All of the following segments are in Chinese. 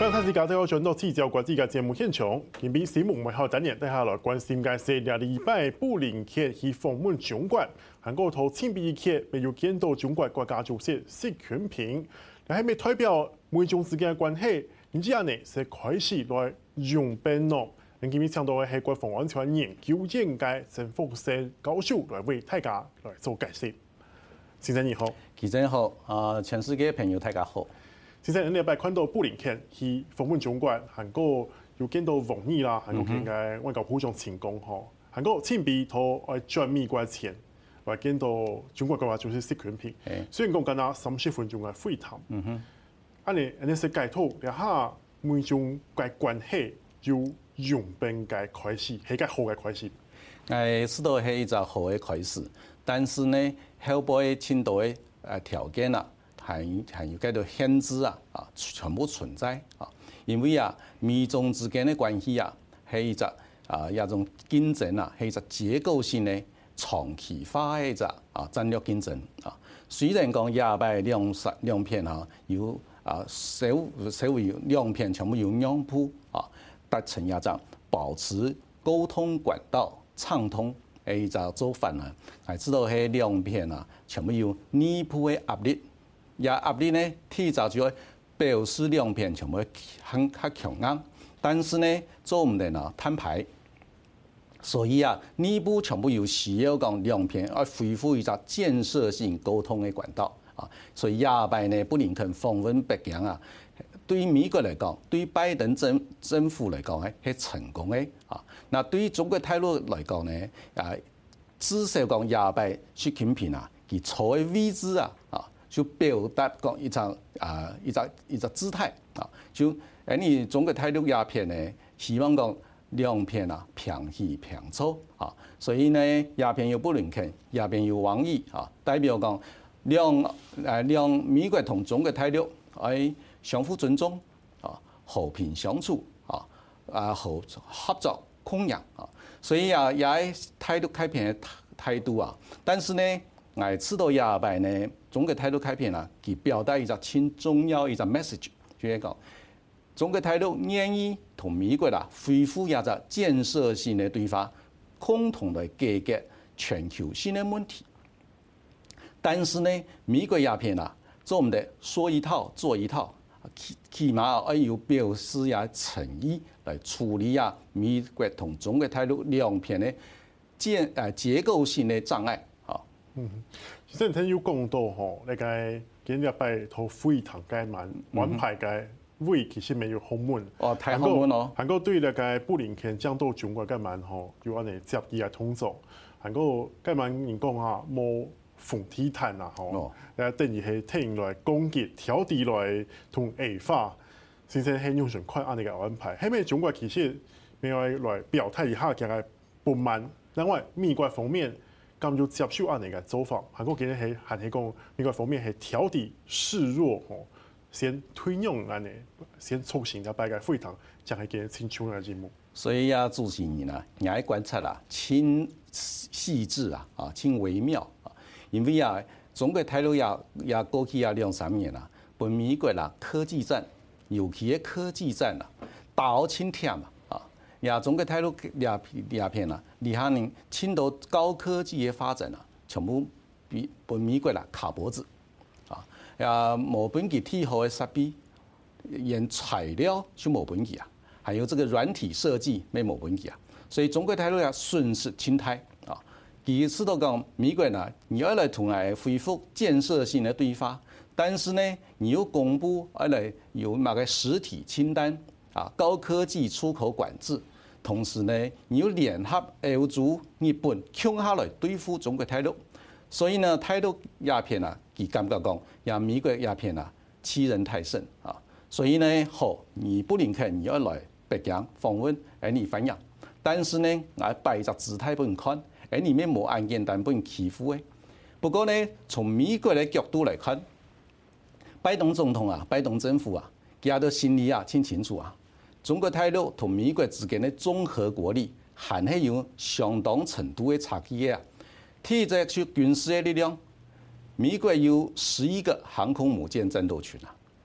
欢迎大家都轉到聚焦國際嘅節目現場，今比節目我哋等日帶下來關心嘅係兩禮拜布林肯去訪問中國，韓國頭前邊日未有見到中國國家主席習近平，但係未代表美中之間嘅關係，然之後呢係開始來用變咯。今日請到嘅係國防安全研究院嘅陳福生教授來為大家來做解釋。先生你好， 記者好，全世界朋友大家好。 先生，你禮拜看到布林肯去訪問中國，韓國又見到王毅啦，韓國嘅外交部長成功吼，韓國前邊頭來轉美國錢，來見到中國嘅話就是習近平。雖然講緊啊30分鐘嘅會談，安尼是解套，一下美中嘅關係就用變嘅開始，係個好嘅開始。 知道係一個好嘅開始，但是呢，後邊簽到嘅條件啊。還有嗰度限制啊，全部存在啊，因為啊，美中之間的關係啊，係一隻一種競爭啊，係一隻結構性的長期化嘅一隻戰略競爭啊。雖然講亞太兩片啊，有社會兩片全部有讓步啊，達成一隻保持溝通管道暢通嘅一隻做法啊，係知道係兩片啊，全部有內部嘅壓力。壓力呢，提早就會表示兩邊全部很強硬，但是呢做唔定啊攤牌，所以啊內部全部有需要講兩邊要恢復一個建設性溝通嘅管道啊，所以亞拜呢布林肯訪問北京啊，對於美國嚟講，對於拜登政府嚟講係成功嘅啊，那對於中國大陸嚟講呢至少講亞拜習近平啊，佢坐嘅位置啊就表達講一個姿態啊，就你中國大陸鴉片呢，希望講兩片啊平起平坐啊，所以呢鴉片有布林肯，鴉片有王毅啊，代表講兩美國同中國大陸係相互尊重啊，和平相處合作共贏啊，所以也係態度開片嘅態度啊，但是呢，我知道亞太呢，中國態度開片啊，佢表達一個很重要一個 message， 就係講中國態度願意同美國啦恢復一個建設性的對話，共同來解決全球性的問題。但是呢，美國鴉片啊，做唔得說一套做一套，起碼要有表示呀誠意來處理呀美國同中國態度兩片的結構性的障礙。 其實你有講到吼，那個今日拜頭會談嘅蠻安排嘅會其實沒有訪問。 太訪問咯。 韓國對那個布林肯講到中國嘅蠻吼，就安尼接伊來通做。韓國嘅蠻人講啊，冇逢體談啊吼，等於係聽來攻擊、挑地來同矮化，先生係用上快安尼嘅安排。係咪中國其實沒有來表態一下嘅不滿？另外美國方面。咁就接受安尼個做法，韓國今日係韓係講美國方面係挑地示弱吼，先推讓安尼，先促成一擺個會談，就係見清楚嘅節目。 所以啊，主持人啊，也係觀察啦，輕細緻啊，輕微妙啊，因為啊，中國大陸也過去啊2-3年啦，本美國啦科技戰，尤其嘅科技戰啦，打到輕忝啊。呀，中國大陸鴉片啦，李克寧傾到高科技嘅發展啦，全部比本美國啦卡脖子，呀冇本佢體好嘅設備，連材料就冇本佢啊，還有這個軟體設計沒冇本佢啊，所以中國大陸要順勢清態啊，其實都講美國呢，你要來同佢恢復建設性嘅對話，但是呢，你又公布要來有那個實體清單。高科技出口管制，同時呢，你要聯合歐洲、日本強下來對付中國大陸，所以呢，大陸鴉片啊，佢感覺講，呀美國鴉片啊，欺人太甚啊，所以呢，好，你布林肯你要來北京訪問，你反映，但是呢，我擺隻姿態俾人看，裡面冇案件單俾人欺負嘅。不過呢，從美國嘅角度來看，拜登總統啊，拜登政府啊，佢都心裡啊，清清楚啊。中國大陸同美國之間的綜合國力，還係有相當程度的差距嘅。睇在去軍事的力量，美國有11個航空母艦戰鬥群啊，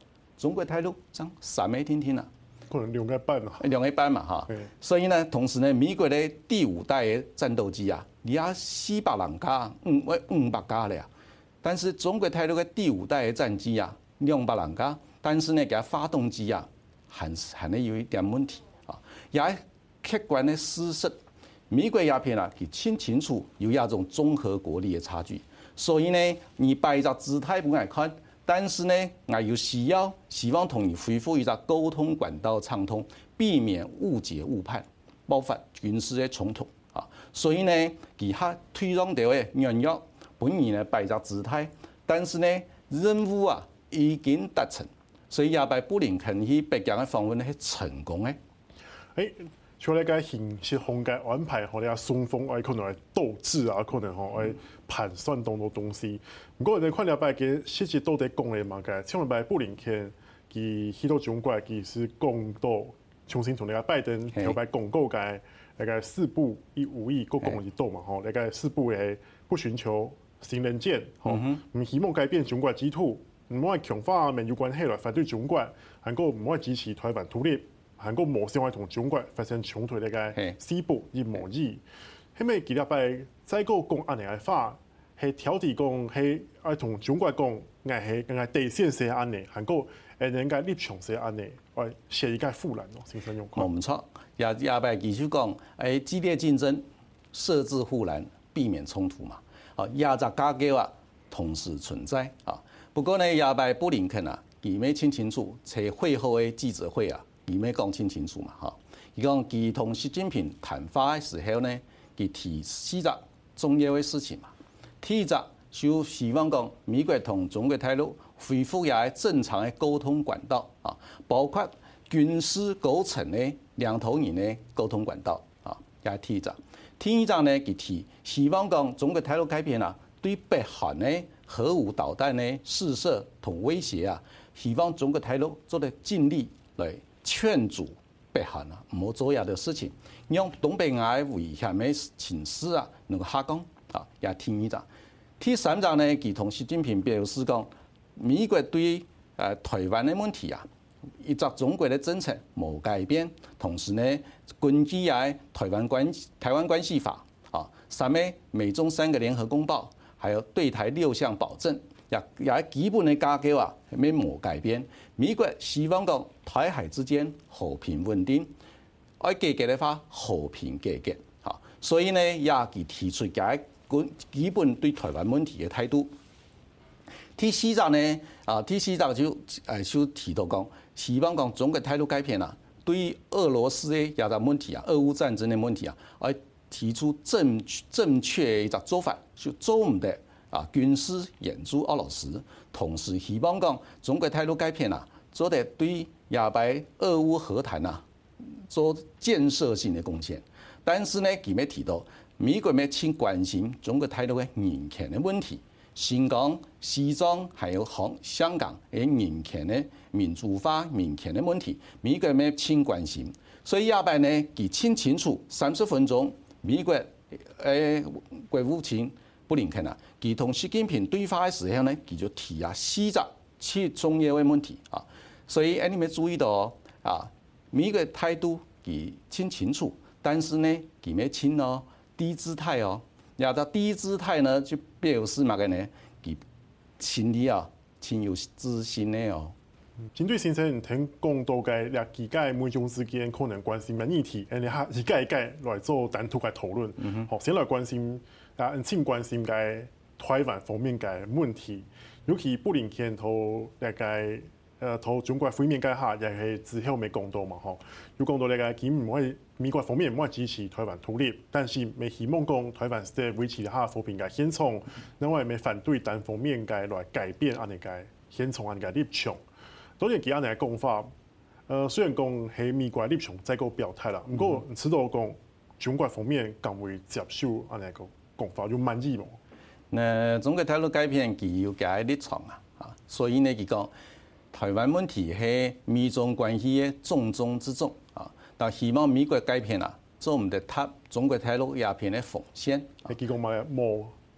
中國大陸將三個天天啦， 可能2個半啊 ，2個半嘛哈。所以呢，同時呢，美國的第5代嘅戰鬥機啊，你啊400人架，500架咧啊。但是中國大陸嘅第5代嘅戰機啊，200人架，但是呢，佢發動機啊，還係有一點問題啊，也客觀的事實。美國鴉片啊，佢清楚有一種綜合國力嘅差距，所以呢，你擺一個姿態不愛看，但是呢，我有需要希望同你恢復一個溝通管道暢通，避免誤解誤判，爆發軍事嘅衝突啊。所以呢，佢係推動到嘅軟弱，本然呢擺一個姿態，但是呢，任務啊已經達成，所以也擺布林肯去北京嘅訪問係成功嘅。 像你個形式風格安排，或者雙方愛可能係鬥智啊，可能吼愛盤算當多東西。不過你看了擺嘅實際到底講嘅嘛個，像擺布林肯佢去到中國，佢是講到重新同你個拜登又擺廣告嘅那個4不5億個講一道嘛吼，那個4不係不尋求新人艦，吼唔希望改變中國基礎，唔愛強化盟友關係來反對中國，還個唔愛支持台灣獨立。韓國冇想愛同中國發生衝突嘅4不一模擬，係咪幾禮拜再個講安尼嘅話，係挑剔講係愛同中國講，係係更加底線寫安尼，韓國誒人家立場寫安尼，愛寫一個護欄咯，先生用。 冇錯，也拜繼續講，誒激烈競爭，設置護欄，避免衝突嘛。哦，亞雜架構啊，同時存在啊。不過呢，也拜布林肯啊，佢未清楚，在會後嘅記者會啊。佢未講清楚嘛，嚇！佢講佢同習近平談話嘅時候呢，佢提4個重要嘅事情嘛。第一個就希望講美國同中國大陸恢復也係正常嘅溝通管道啊，包括軍事構成嘅兩頭人嘅溝通管道啊，也係第一個。第二個呢，佢提希望講中國大陸改變啊，對北韓嘅核武導彈嘅試射同威脅啊，希望中國大陸做得盡力來勸阻北韓啊，唔好做呢啲事情，讓東北亞危險嘅情勢啊能夠下降啊，也第二個。第三個呢，佢同習近平表示講，美國對台灣嘅問題啊，一直中國嘅政策冇改變，同時呢，根據台灣關係法啊，3個美中3個聯合公報，還有對台6項保證。也基本的架構啊，係冇改變。美國希望講台海之間和平穩定，愛解決的話和平解決。嚇，所以呢，也佢提出基本對台灣問題嘅態度。第4個呢，第4個就提到講，希望講中國態度改變啊，對俄羅斯嘅一個問題啊，俄烏戰爭嘅問題啊，愛提出正確嘅一個做法，就做唔得。軍事援助俄羅斯，同時希望講中國態度改變啊，做得對亞白俄烏和談啊做建設性的貢獻。但是呢，佢咪提到美國咪請關心中國態度嘅人權嘅問題，新疆、西藏還有香港嘅人權嘅民主化人權嘅問題，美國咪請關心。所以亞白呢，佢清楚30分鐘，美國國務卿布林肯啊，佢同習近平對話嘅時候呢，佢就提4個最重要嘅問題啊。所以你咪注意到啊，美國態度佢清楚，但是呢，佢咪清咯低姿態哦。然後低姿態呢，就表示乜嘅呢？佢心裏啊，清有自信嘅哦。 針對先生聽講到嘅兩幾屆美中之間可能關心嘅議題，你下一屆來做單獨嘅討論。好，先來關心請關心嘅台灣方面嘅問題，尤其布林肯同同中國會面嘅下，又係之後未講到嘛，吼，有講到佢唔可以美國方面唔可以支持台灣獨立，但是未希望講台灣係維持下和平嘅現狀，另外未反對單方面嘅來改變安尼嘅現狀安尼嘅立場。當然佢安尼嘅講法，雖然講係美國立場再個表態啦，不過知道講中國方面更會接受安尼個講法，有滿意冇？ 中國態度改變佢有佢立場啊，所以呢佢講。台灣問題係美中關係嘅重中之重啊！但希望美國改變啊，做唔得塌中國大陸鴉片嘅防線。 你講乜冇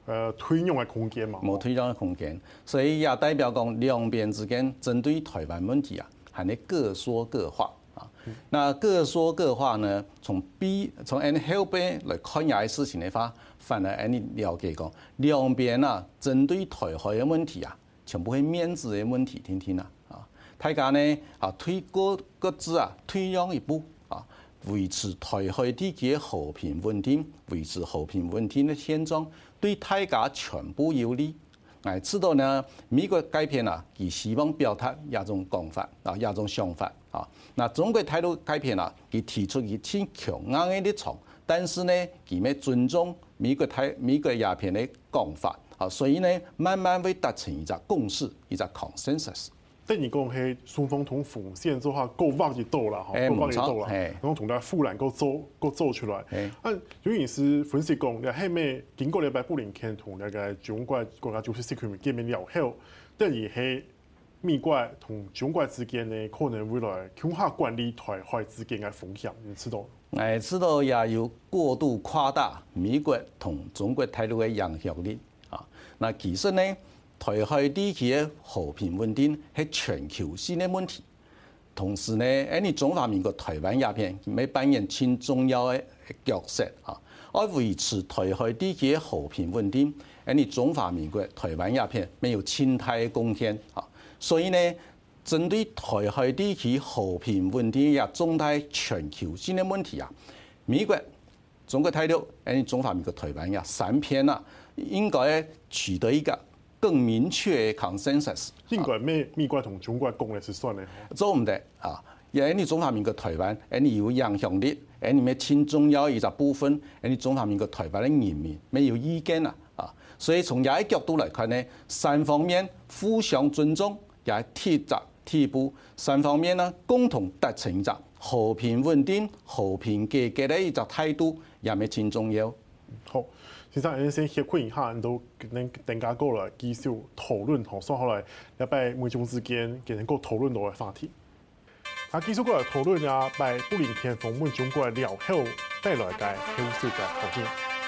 推讓嘅空間嘛， 冇推讓嘅空間，所以也代表講兩邊之間針對台灣問題啊，係你各說各話啊。那各說各話呢，從按後邊來看下事情的話，反而按你了解講兩邊啊，針對台海嘅問題啊，全部係面子嘅問題，聽聽啊。大家呢啊推各自啊退讓一步啊，維持台海地區嘅和平穩定，維持和平穩定嘅現狀。對大家全部有利，我知道呢，美國改變啦，佢希望表達一種講法啊，一種想法啊。那中國態度改變啦，佢提出佢挺強硬嘅立場，但是呢，佢咪尊重美國鴉片嘅講法啊，所以呢，慢慢會達成一個共識，一個 consensus。 等於講係雙方同防線做下夠挖一道啦，嚇，夠挖一道啦，然後同大家富蘭夠做出來。有人是分析講，你係咪經過禮拜布林肯同那個中國國家主席習近平見面了後，等於係美國同中國之間呢可能會來強化管理台海之間嘅風險，你知道？ 我知道也有過度誇大美國同中國態度嘅影響力啊。那其實呢？台海地區嘅和平穩定係全球性嘅問題，同時呢，你中華民國台灣鴉片咪扮演挺重要嘅角色啊！要維持台海地區嘅和平穩定，你中華民國台灣鴉片沒有親太嘅貢獻啊！所以呢，針對台海地區和平穩定也重大全球性嘅問題啊，美國、中國態度，你中華民國台灣鴉三邊啊，應該取得一個更明確嘅 consensus， 應該美國同中國講嘅是算嘅， 做唔得啊！因為你中華民國台灣，你有影響力，你咪挺重要一個部分，你中華民國台灣嘅人民沒有意見啊！啊，所以從呢一角度來看呢，三方面互相尊重，也提步，三方面呢共同達成一個和平穩定、和平解決嘅一個態度，也咪挺重要。 好。先生，你先協會一下，你都能大家過來繼續討論，好，所以後來一擺美中之間嘅能夠討論到嘅話題。啊，繼續過來討論啊，擺布林肯訪問中國了後帶來嘅後續嘅發展。